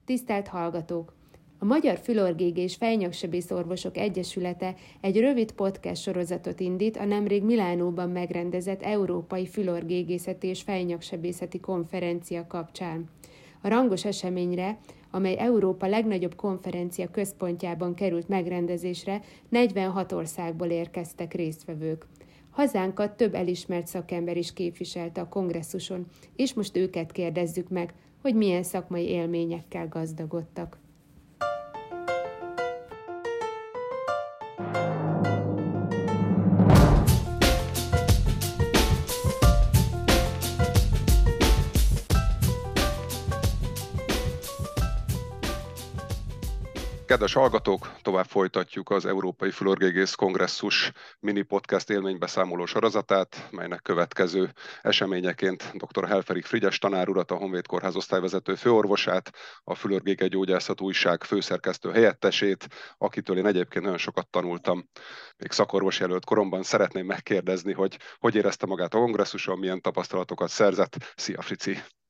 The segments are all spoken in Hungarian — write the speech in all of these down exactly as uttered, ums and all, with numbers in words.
Tisztelt hallgatók! A Magyar Fülorgégé és Fejnyaksebész Orvosok Egyesülete egy rövid podcast sorozatot indít a nemrég Milánóban megrendezett Európai Fülorgégészeti és Fejnyaksebészeti Konferencia kapcsán. A rangos eseményre, amely Európa legnagyobb konferencia központjában került megrendezésre, negyvenhat országból érkeztek résztvevők. Hazánkat több elismert szakember is képviselte a kongresszuson, és most őket kérdezzük meg, hogy milyen szakmai élményekkel gazdagodtak. Kedves hallgatók, tovább folytatjuk az Európai Fülorgégész Kongresszus mini podcast élménybeszámoló sorozatát, melynek következő eseményeként dr. Helferich Frigyes tanár urat, a Honvéd Kórház osztályvezető főorvosát, a Fülorgégé Gyógyászat újság főszerkesztő helyettesét, akitől én egyébként nagyon sokat tanultam. Még szakorvos jelölt koromban szeretném megkérdezni, hogy hogy érezte magát a kongresszuson, milyen tapasztalatokat szerzett. Szia, Frici!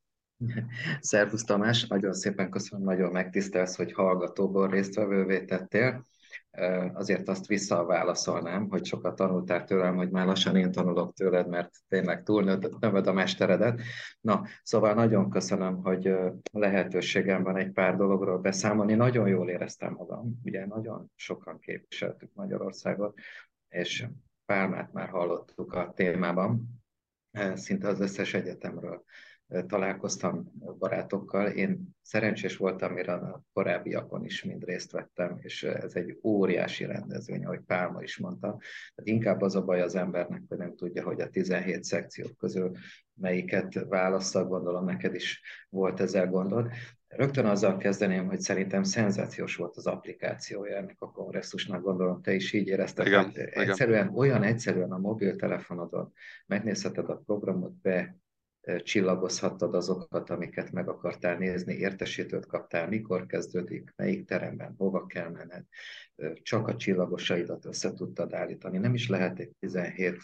Szervusz Tamás, nagyon szépen köszönöm, nagyon megtisztelsz, hogy hallgatóból résztvevővé tettél. Azért azt visszaválaszolnám, hogy sokat tanultál tőlem, hogy már lassan én tanulok tőled, mert tényleg túlnöved a mesteredet. Na, szóval nagyon köszönöm, hogy lehetőségem van egy pár dologról beszámolni. Nagyon jól éreztem magam, ugye nagyon sokan képviseltük Magyarországot, és Pálmát már hallottuk a témában, szinte az összes egyetemről találkoztam barátokkal. Én szerencsés voltam, mire a korábbiakon is mind részt vettem, és ez egy óriási rendezvény, ahogy Pálma is mondta. Tehát inkább az a baj az embernek, hogy nem tudja, hogy a tizenhét szekciók közül melyiket válassza, gondolom neked is volt ezzel gondod. Rögtön azzal kezdeném, hogy szerintem szenzációs volt az applikációja ennek a kongresszusnak, gondolom te is így érezted. Igen, hát igen. Egyszerűen, olyan egyszerűen a mobiltelefonodon megnézheted a programot, be csillagozhattad azokat, amiket meg akartál nézni, értesítőt kaptál, mikor kezdődik, melyik teremben, hova kell menned, csak a csillagosaidat össze tudtad állítani. Nem is lehet egy tizenhét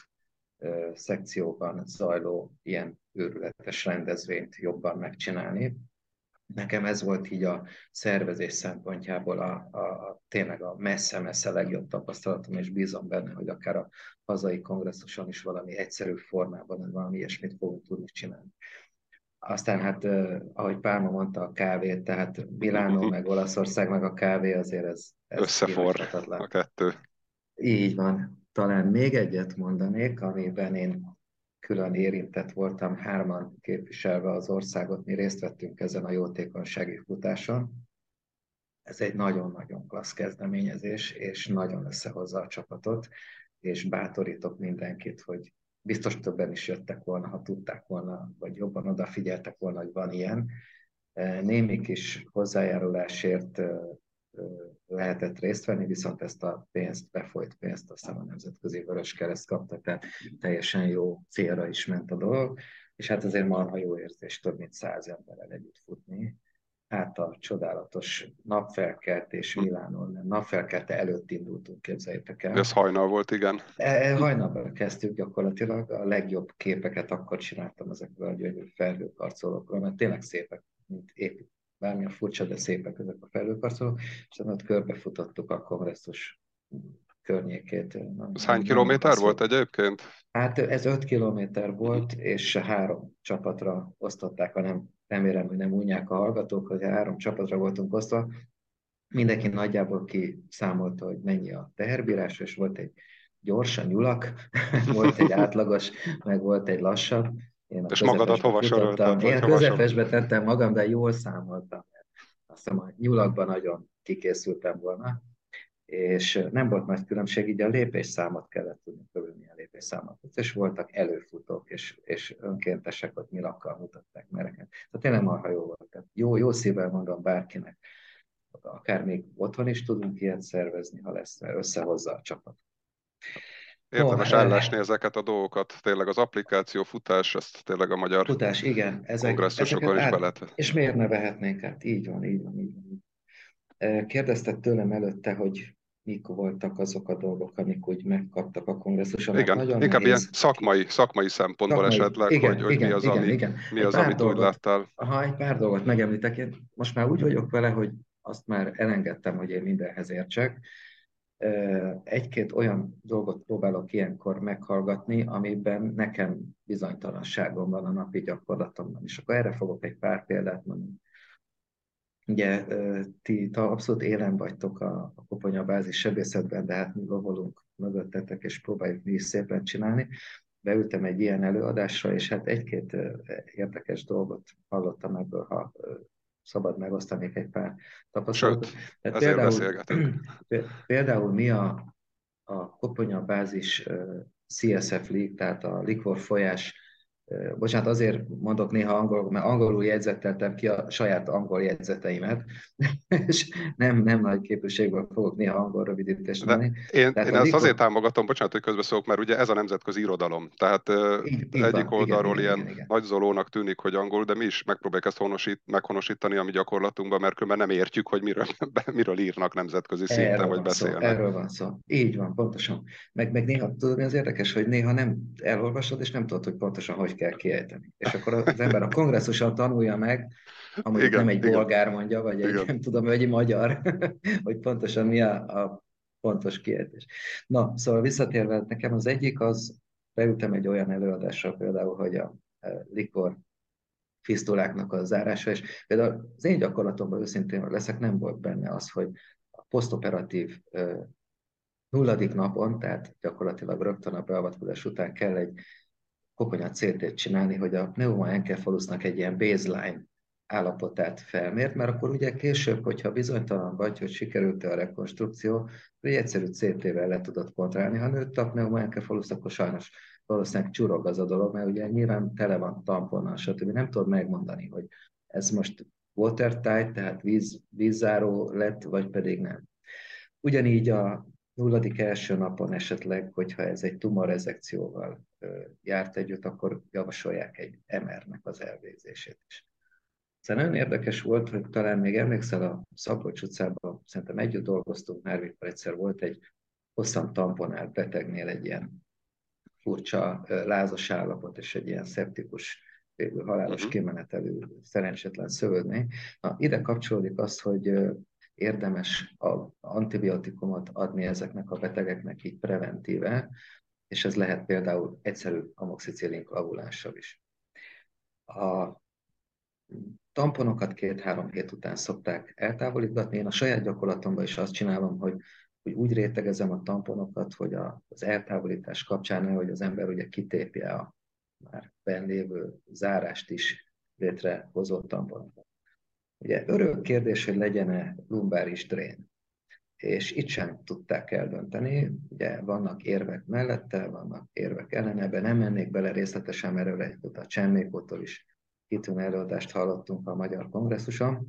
szekcióban zajló ilyen őrületes rendezvényt jobban megcsinálni. Nekem ez volt így a szervezés szempontjából a, a, a tényleg a messze-messze legjobb tapasztalatom, és bízom benne, hogy akár a hazai kongresszuson is valami egyszerű formában, valami ilyesmit fogunk tudni csinálni. Aztán hát, ahogy Pálma mondta, a kávét, tehát Milánó, meg Olaszország, meg a kávé, azért ez, ez összeforr a kettő. Így van. Talán még egyet mondanék, amiben én külön érintett voltam, hárman képviselve az országot, mi részt vettünk ezen a jótékonysági futáson. Ez egy nagyon-nagyon klassz kezdeményezés, és nagyon összehozza a csapatot, és bátorítok mindenkit, hogy biztos többen is jöttek volna, ha tudták volna, vagy jobban odafigyeltek volna, hogy van ilyen. Némi kis hozzájárulásért lehetett részt venni, viszont ezt a pénzt, befolyt pénzt aztán a Nemzetközi Vöröskereszt kapta, tehát teljesen jó célra is ment a dolog, és hát azért marha jó érzés több mint száz emberrel együtt futni. Hát a csodálatos napfelkeltés Milánon, napfelkelte előtt indultunk, képzeljétek el. Ez hajnal volt, igen. E, hajnalban kezdtük gyakorlatilag, a legjobb képeket akkor csináltam ezekből a gyönyörű felhőkarcolókról, mert tényleg szépek, mint épp bármilyen furcsa, de szépek ezek a felhőkarcolók, és ott körbefutottuk a kongresszus környékét. Ez hány kilométer volt egyébként? Hát ez öt kilométer volt, és három csapatra osztották, hanem remélem, hogy nem unják a hallgatók, hogy három csapatra voltunk osztva. Mindenki nagyjából kiszámolta, hogy mennyi a teherbírás, és volt egy gyorsan nyulak, volt egy átlagos, meg volt egy lassabb. Én a és magadat hova soroltad? Én a közepesbe tettem magam, de jól számoltam. Azt hiszem, a nyulakban nagyon kikészültem volna, és nem volt nagy különbség, így a lépésszámot kellett tudni körülni a lépésszámot. És voltak előfutók, és, és önkéntesek ott nyilakkal mutatták mereket. Tehát tényleg marha jó volt. Tehát jó, jó szívvel mondom bárkinek, akár még otthon is tudunk ilyet szervezni, ha lesz, mert összehozza a csapat. Érdemes oh, ellesni ezeket a dolgokat. Tényleg az applikáció, futás, ezt tényleg a magyar futás, igen, ezek, kongresszusokon is át, be lehet. És miért ne vehetnénk át? Így van, így van, így van. Kérdezted tőlem előtte, hogy mik voltak azok a dolgok, amik úgy megkaptak a kongresszuson, mert Igen, nagyon inkább ilyen nehéz. szakmai, szakmai szempontból Szakmai, esetleg, hogy, igen, hogy mi igen, az, igen, ami, igen. mi Egy az, pár amit úgy dolgot, láttál. ha egy pár dolgot megemlítek, én most már úgy vagyok vele, hogy azt már elengedtem, hogy én mindenhez értsek. Egy-két olyan dolgot próbálok ilyenkor meghallgatni, amiben nekem bizonytalanságom van a napi gyakorlatomban. És akkor erre fogok egy pár példát mondani. Ugye ti abszolút élen vagytok a, a koponyabázis sebészetben, de hát mi lovolunk mögöttetek, és próbáljuk mi is szépen csinálni. Beültem egy ilyen előadásra, és hát egy-két érdekes dolgot hallottam ebből, ha szabad megosztanék egy pár tapasztalatot. Sőt, Tehát ezért például, beszélgetünk. például mi a, a koponyabázis cé es ef League, tehát a likvor folyás, bocsánat, azért mondok néha angolul, mert angolul jegyzetteltem ki a saját angol jegyzeteimet, és nem, nem nagy képességből fogok néha angol rövidítést De mondani. én, Tehát én a ezt azért likor... támogatom, bocsánat, hogy közbeszólok, mert ugye ez a nemzetközi irodalom. Tehát uh, Így, így egyik van, igen, oldalról igen, ilyen igen, igen. nagyzolónak tűnik, hogy angol, de mi is megpróbáljuk ezt honosít, meghonosítani a mi gyakorlatunkban, mert különben nem értjük, hogy miről, miről írnak nemzetközi szinten, Erről vagy van szó, beszélnek. erről van szó. Így van, pontosan. Meg, meg néha, tudod, mi az érdekes, hogy néha nem elolvasod, és nem tudod, hogy pontosan hogy kell kiejteni. És akkor az ember a kongresszuson tanulja meg, ha mondjuk nem Igen, egy igen, bolgár mondja, vagy egy, igen. nem tudom, vagy egy magyar, hogy pontosan mi a, a pontos kiejtés. Na, szóval visszatérve, nekem az egyik az, beültem egy olyan előadásra például, hogy a likor fisztuláknak a zárása, és például az én gyakorlatomban őszintén leszek, nem volt benne az, hogy a posztoperatív nulladik napon, tehát gyakorlatilag rögtön a beavatkozás után kell egy koponya cé tét csinálni, hogy a pneumoencefalusnak egy ilyen baseline állapotát felmért, mert akkor ugye később, hogyha bizonytalan vagy, hogy sikerült-e a rekonstrukció, egy egyszerű cé tével le tudod kontrollálni. Ha nőtt a pneumoencefalus, akkor sajnos valószínűleg csurog az a dolog, mert ugye nyilván tele van tamponnal, stb. Nem tudod megmondani, hogy ez most watertight, tehát víz, vízzáró lett, vagy pedig nem. Ugyanígy a nulladik első napon esetleg, hogyha ez egy tumorrezekcióval járt együtt, akkor javasolják egy em er-nek az elvégzését is. Szóval nagyon érdekes volt, hogy talán még emlékszel, a Szabolcs utcában szerintem együtt dolgoztunk már, mikor egyszer volt egy hosszan tamponált betegnél egy ilyen furcsa lázas állapot, és egy ilyen szeptikus, végül halálos Uh-huh. kimenetelű szerencsétlen szövődmény. Na, ide kapcsolódik az, hogy érdemes az antibiotikumot adni ezeknek a betegeknek így preventíve, és ez lehet például egyszerű amoxicillin koagulánssal is. A tamponokat két-három hét után szokták eltávolítgatni. Én a saját gyakorlatomban is azt csinálom, hogy, hogy úgy rétegezem a tamponokat, hogy a, az eltávolítás kapcsán, hogy az ember ugye kitépje a már benn lévő zárást is létrehozott tamponokat. Ugye örök kérdés, hogy legyen-e lumbáris drén. És itt sem tudták eldönteni, ugye vannak érvek mellette, vannak érvek ellene, ebben nem mennék bele részletesen, mert erről egy a Csemmékótól is kitűnő előadást hallottunk a Magyar Kongresszuson.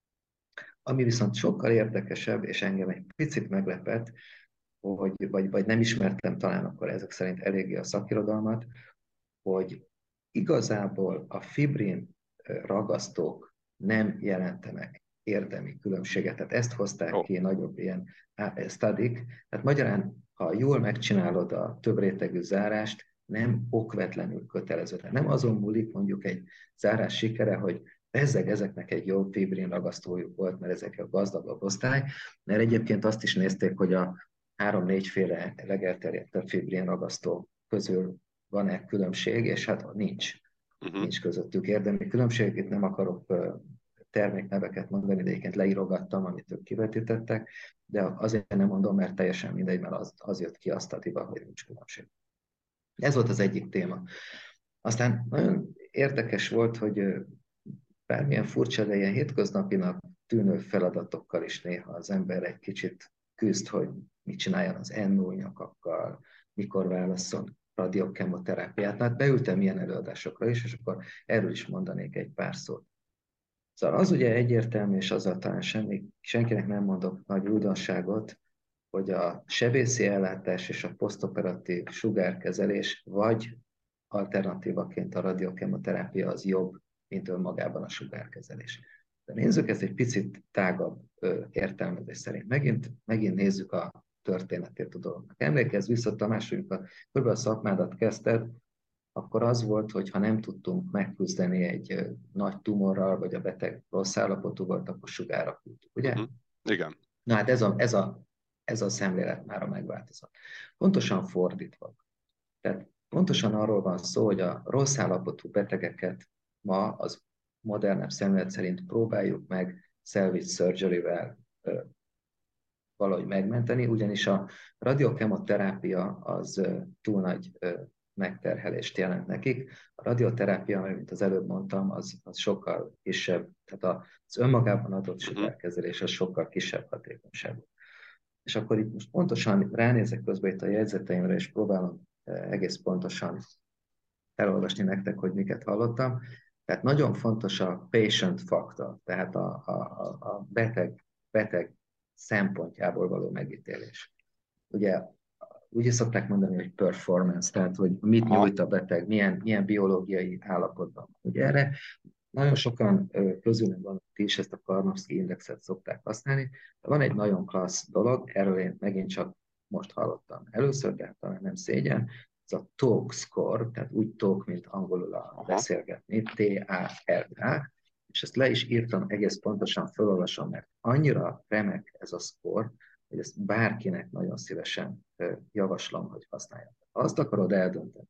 Ami viszont sokkal érdekesebb, és engem egy picit meglepett, hogy, vagy, vagy nem ismertem talán akkor ezek szerint eléggé a szakirodalmat, hogy igazából a fibrin ragasztók nem jelentenek érdemi különbséget. Tehát ezt hozták Oh. ki nagyobb ilyen sztadik. Tehát magyarán, ha jól megcsinálod a több rétegű zárást, nem okvetlenül kötelező. Tehát nem azon múlik mondjuk egy zárás sikere, hogy bezzeg ezeknek egy jobb fibrin ragasztójuk volt, mert ezek a gazdagabb osztály, mert egyébként azt is nézték, hogy a három-négyféle legelterjedtebb fibrin ragasztó közül van-e különbség, és hát nincs. Uh-huh. Nincs közöttük érdemi különbség. Itt nem akarok termékneveket mondani, de egyébként leírogattam, amit ők kivetítettek, de azért nem mondom, mert teljesen mindegy, mert az, az jött ki azt a tiba, hogy nincs különbség. Ez volt az egyik téma. Aztán nagyon érdekes volt, hogy bármilyen furcsa, de ilyen hétköznapinak tűnő feladatokkal is néha az ember egy kicsit küzd, hogy mit csináljon az ennó nyakakkal, mikor válasszon radiokemoterápiát. Hát beültem ilyen előadásokra is, és akkor erről is mondanék egy pár szót. Szóval az ugye egyértelmű, és azzal talán semmi, senkinek nem mondok nagy újdonságot, hogy a sebészi ellátás és a posztoperatív sugárkezelés vagy alternatívaként a radiokemoterápia az jobb, mint önmagában a sugárkezelés. De nézzük ezt egy picit tágabb ö, értelmezés szerint. Megint, megint nézzük a történetét a dolognak. Emlékezz vissza, Tamás, hogy amikor kb. A szakmádat kezdted, akkor az volt, hogy ha nem tudtunk megküzdeni egy nagy tumorral, vagy a beteg rossz állapotú volt, akkor sugárra küldtük, ugye? Uh-huh. Igen. Na hát ez a, ez a, ez a szemlélet már megváltozott. Pontosan fordítva. Tehát pontosan arról van szó, hogy a rossz állapotú betegeket ma az modernebb szemlélet szerint próbáljuk meg salvage surgery-vel valahogy megmenteni, ugyanis a radiokemoterápia az túl nagy megterhelést jelent nekik. A radioterápia, mint az előbb mondtam, az, az sokkal kisebb, tehát az önmagában adott sugárkezelés az sokkal kisebb hatékonyságú. És akkor itt most pontosan ránézek közben itt a jegyzeteimre, és próbálom egész pontosan elolvasni nektek, hogy miket hallottam. Tehát nagyon fontos a patient faktor, tehát a, a, a beteg, beteg szempontjából való megítélés. Ugye úgy is szokták mondani, hogy performance, tehát hogy mit nyújt a beteg, milyen, milyen biológiai állapotban. Ugye erre nagyon sokan közülünk van, ti is ezt a Karnofsky indexet szokták használni, de van egy nagyon klassz dolog, erről én megint csak most hallottam először, de talán nem szégyen, ez a talk score, tehát úgy talk, mint angolul a beszélgetni, T A R K, és ezt le is írtam egész pontosan, felolvasom, mert annyira remek ez a score, hogy ezt bárkinek nagyon szívesen javaslom, hogy használják. Ha azt akarod eldönteni,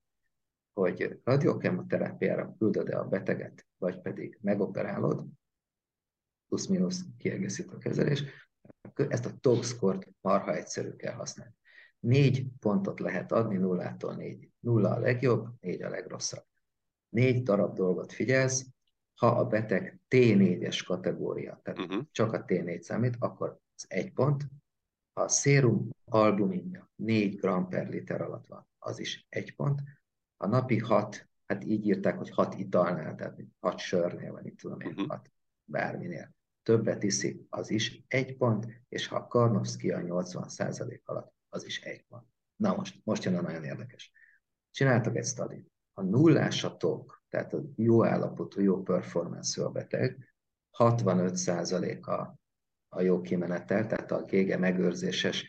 hogy radiokemoterápiára küldöd-e a beteget, vagy pedig megoperálod, plusz-minusz kiegészítő kezelés, ezt a talk score-t marha egyszerű kell használni. Négy pontot lehet adni, nullától négy. Nulla a legjobb, négy a legrosszabb. Négy darab dolgot figyelsz, ha a beteg T négyes kategória, tehát uh-huh. csak a T négy számít, akkor az egy pont. Ha a szérum albuminja négy gram per liter alatt van, az is egy pont. A napi hat, hát így írták, hogy hat italnál, tehát hat sörnél, vagy itt tudom én, uh-huh. hat bárminél. Többet iszik, az is egy pont, és ha a Karnofsky a nyolcvan százalék alatt, az is egy pont. Na most, most jön a nagyon érdekes. Csináltak egy study. Ha nullás a tok, tehát a jó állapotú, jó performance a beteg, hatvanöt százalék a, a jó kimenetel, tehát a gége megőrzéses,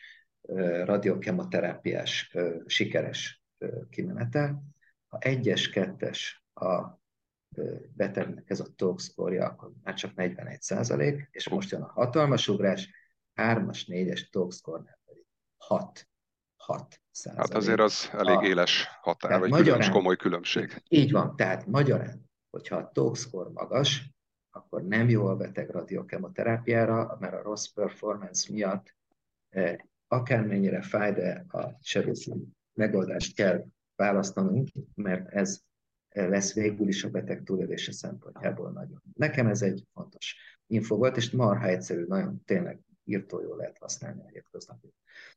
radiokemoterápiás, sikeres kimenetel. Ha egyes, kettes a betegnek ez a talk score-ja, akkor már csak negyvenegy százalék, és most jön a hatalmas ugrás, hármas, négyes talk score-nál pedig hat, hat százalék. Hát azért az elég a, éles határ, vagy magyarán, különös, komoly különbség. Így van, tehát magyarán, hogyha a talk score magas, akkor nem jó a beteg radiokemoterápiára, mert a rossz performance miatt akármennyire fáj, de a sebészeti megoldást kell választanunk, mert ez lesz végül is a beteg túlélése szempontjából nagyon. Nekem ez egy fontos info volt, és marha egyszerű, nagyon tényleg írtó jól lehet használni a hétköznapi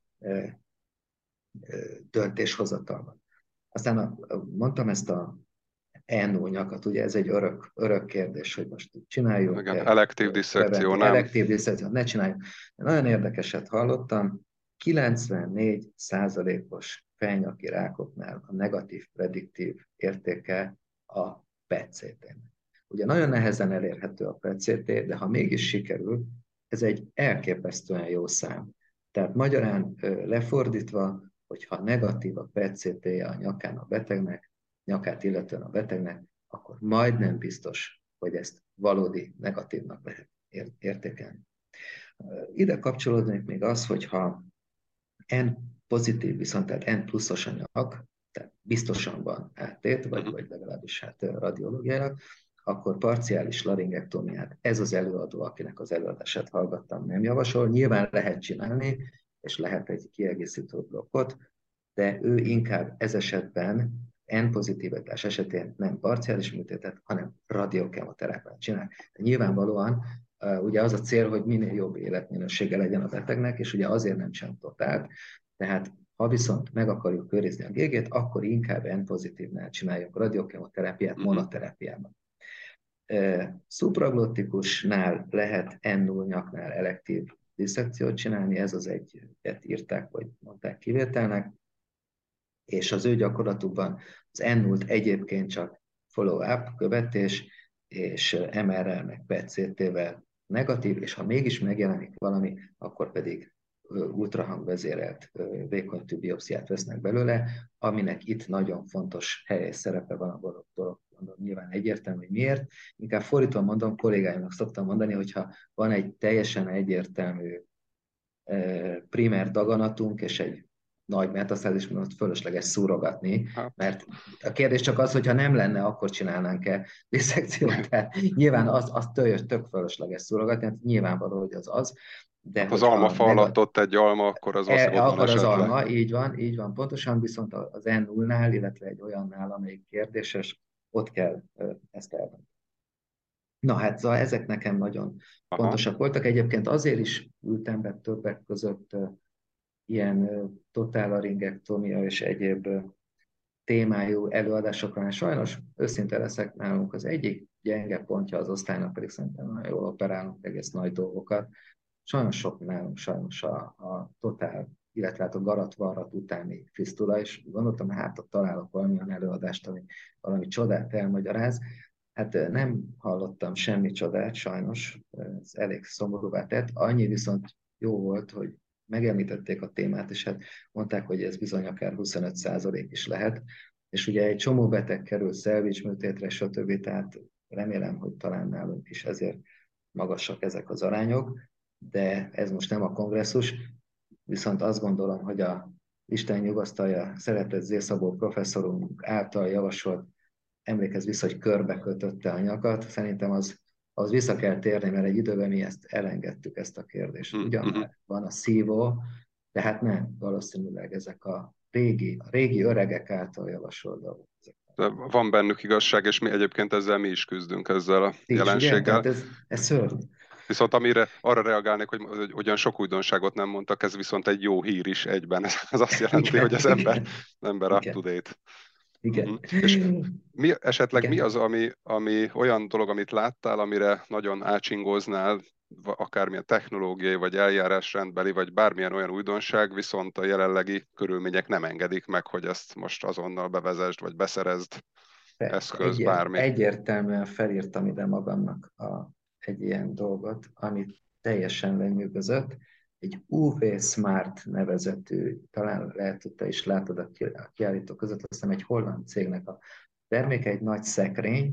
döntéshozatalban. Aztán a, mondtam ezt a en o nyakat, ugye ez egy örök, örök kérdés, hogy most csináljuk. Igen, elektív disszekció, nem? Elektív disszekció, ne csináljuk. Nagyon érdekeset hallottam, kilencvennégy százalékos fejnyaki rákoknál a negatív prediktív értéke a P E T C T-nek. Ugye nagyon nehezen elérhető a P E T C T, de ha mégis sikerül, ez egy elképesztően jó szám. Tehát magyarán lefordítva, hogyha negatív a P E T C T-je a nyakán a betegnek, nyakát illetően a betegnek, akkor majdnem biztos, hogy ezt valódi negatívnak lehet értékelni. Ide kapcsolódik még az, hogyha N pozitív, viszont tehát N pluszos a nyak, tehát biztosan van áttét, vagy, vagy legalábbis hát radiológiára, akkor parciális laringektómiát ez az előadó, akinek az előadását hallgattam, nem javasol. Nyilván lehet csinálni, és lehet egy kiegészítő blokkot, de ő inkább ez esetben N pozitívitás esetén nem parciális műtétet, hanem radiokemoterápiát csinál. De nyilvánvalóan uh, ugye az a cél, hogy minél jobb életminősége legyen a betegnek, és ugye azért nem sem totált. Tehát ha viszont meg akarjuk őrizni a gégét, akkor inkább N pozitívnál csináljuk radiokemoterápiát monoterápiában. Uh, Szupraglottikusnál lehet N null nyaknál elektív disszekciót csinálni, ez az egyet írták, vagy mondták kivételnek, és az ő gyakorlatukban az N nullt egyébként csak follow-up, követés, és em er er meg P E T C T-vel negatív, és ha mégis megjelenik valami, akkor pedig ultrahangvezérelt vékonytű biopsziát vesznek belőle, aminek itt nagyon fontos hely és szerepe van a dolog, dolog mondom, nyilván egyértelmű, hogy miért. Inkább fordítva mondom, kollégáimnak szoktam mondani, hogyha van egy teljesen egyértelmű primer daganatunk, és egy nagy metasztázis, ott fölösleges szúrogatni, hát. Mert a kérdés csak az, hogyha nem lenne, akkor csinálnánk-e diszekciót, tehát nyilván az, az tök, tök fölösleges szúrogatni, hát nyilvánvaló, hogy az az. De hát az almafa alatt ott egy alma, akkor az valószínűleg ott van esetleg. Az alma, így van, így van pontosan, viszont az en nullnál, illetve egy olyannál, amelyik kérdéses, ott kell ezt elvenni. Na hát, szóval ezek nekem nagyon Aha. fontosak voltak. Egyébként azért is ültem be többek között uh, ilyen uh, totálaringektomia és egyéb uh, témájú előadásokra, mert sajnos őszinte leszek, nálunk az egyik gyenge pontja az osztálynak, pedig szerintem nagyon jól operálunk egész nagy dolgokat. Sajnos sok nálunk sajnos a, a totál, illetve hát a garat-varrat utáni fisztula, és gondoltam, hát ott találok valamilyen előadást, ami valami csodát elmagyaráz. Hát nem hallottam semmi csodát, sajnos, ez elég szomorúvá tett. Annyi viszont jó volt, hogy megemlítették a témát, és hát mondták, hogy ez bizony akár huszonöt százalék is lehet. És ugye egy csomó beteg kerül szelvicsműtétre, stb. Tehát remélem, hogy talán nálunk is ezért magasak ezek az arányok, de ez most nem a kongresszus, viszont azt gondolom, hogy a Isten nyugasztalja szeretett Zé Szabó professzorunk által javasolt, emlékezz vissza, hogy körbe kötötte a nyakat, szerintem az, az vissza kell térni, mert egy időben mi ezt elengedtük, ezt a kérdést. Ugyan már van a szívó, de hát nem, valószínűleg ezek a régi, a régi öregek által javasolt dolgok. De van bennük igazság, és mi egyébként ezzel mi is küzdünk ezzel a Nincs, jelenséggel. ugye? Ez, ez szörnyű. Viszont amire arra reagálnék, hogy, hogy ugyan sok újdonságot nem mondtak, ez viszont egy jó hír is egyben. Ez azt jelenti, igen, hogy az ember, ember up to date. Igen. Uh-huh. És mi, esetleg igen. mi az, ami, ami olyan dolog, amit láttál, amire nagyon ácsingóznál, akármilyen technológiai, vagy eljárásrendbeli, vagy bármilyen olyan újdonság, viszont a jelenlegi körülmények nem engedik meg, hogy ezt most azonnal bevezesd, vagy beszerezd, Persze, eszköz, egy, bármi. Egyértelműen felírtam ide magamnak a, egy ilyen dolgot, amit teljesen lenyűgözött. Egy u vé Smart nevezetű, talán lehet, hogy te is látod a kiállító között, azt hiszem egy holland cégnek a terméke, egy nagy szekrény,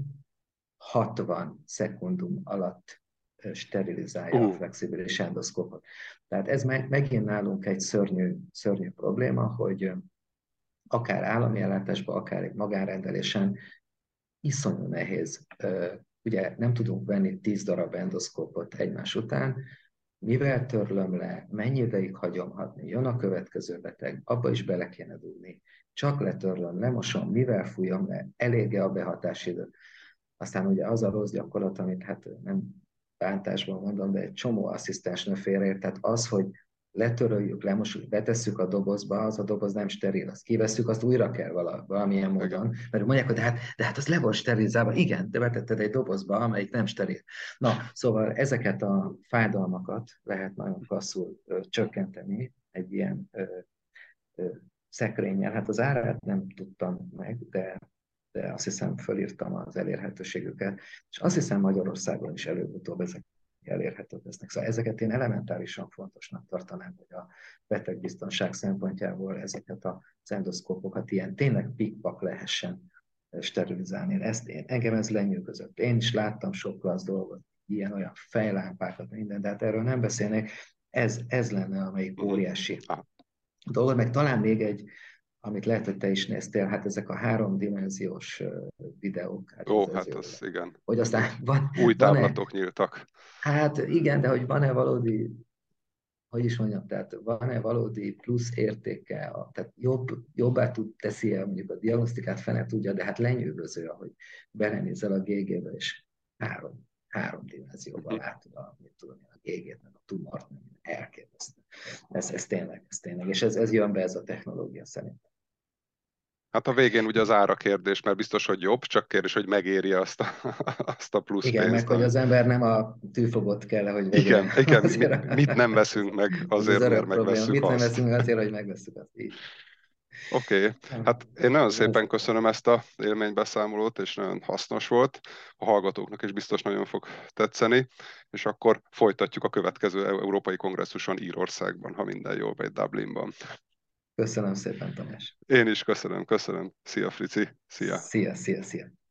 hatvan szekundum alatt sterilizálja uh. a flexibilis endoszkópot. Tehát ez meg, megint nálunk egy szörnyű, szörnyű probléma, hogy akár állami ellátásban, akár egy magánrendelésen iszonyú nehéz. Ugye nem tudunk venni tíz darab endoszkópot egymás után, mivel törlöm le, mennyi ideig hagyom hatni, jön a következő beteg, abba is bele kéne dugni, csak letörlöm, lemosom, mivel fújom le, elége a behatási idő. Aztán ugye az a rossz gyakorlat, amit hát nem bántásban mondom, de egy csomó asszisztensnő félreért, tehát az, hogy letöröljük, lemosjuk, betesszük a dobozba, az a doboz nem steril, azt kivesszük, azt újra kell vala, valamilyen módon. Igen. Mert mondják, hogy de hát, de hát az le volt sterilizálva. Igen, de betetted egy dobozba, amelyik nem steril. Na, szóval ezeket a fájdalmakat lehet nagyon klasszul ö, csökkenteni egy ilyen ö, ö, szekrényel. Hát az árát nem tudtam meg, de, de azt hiszem fölírtam az elérhetőségüket, és azt hiszem Magyarországon is előbb-utóbb ezek elérhetők lesznek. Szóval ezeket én elementárisan fontosnak tartanám, hogy a betegbiztonság szempontjából ezeket az endoszkópokat ilyen tényleg pikpak lehessen sterilizálni. Ezt én, engem ez lenyűgözött. Én is láttam sok klassz dolgot, ilyen-olyan fejlámpákat, minden, de hát erről nem beszélnék. Ez, ez lenne, amelyik óriási dolog. Meg talán még egy, amit lehet, hogy te is néztél, hát ezek a háromdimenziós videók. Hát Ó, hát az igen. Hogy aztán van, új táblatok nyíltak. Hát igen, de hogy van-e valódi, hogy is mondjam, tehát van-e valódi plusz értéke, a, tehát jobb, jobbá tud teszi-e mondjuk a diagnosztikát, fene tudja, de hát lenyűgöző, ahogy belenézel a gé gé-be, és három, három dimenzióban látod a, mit tudom, a gé gét, meg a tumort, elképesztő. Ez, ez tényleg, ez tényleg, és ez, ez jön be ez a technológia szerint. Hát a végén ugye az ára kérdés, mert biztos, hogy jobb, csak kérdés, hogy megéri azt a, azt a plusz igen, pénzt. Igen, meg hogy az ember nem a tűfogot kell, hogy vegye. Igen, igen mit, mit nem veszünk meg azért, mert megvesszük mit azt. nem veszünk meg azért, hogy megvesszük azt. Így. Oké, okay. Hát én nagyon szépen köszönöm ezt a élménybeszámolót, és nagyon hasznos volt. A hallgatóknak is biztos nagyon fog tetszeni, és akkor folytatjuk a következő Európai Kongresszuson Írországban, ha minden jól megy, Dublinban. Köszönöm szépen, Tamás. Én is köszönöm, köszönöm. Szia, Frici. Szia. Szia, szia, szia.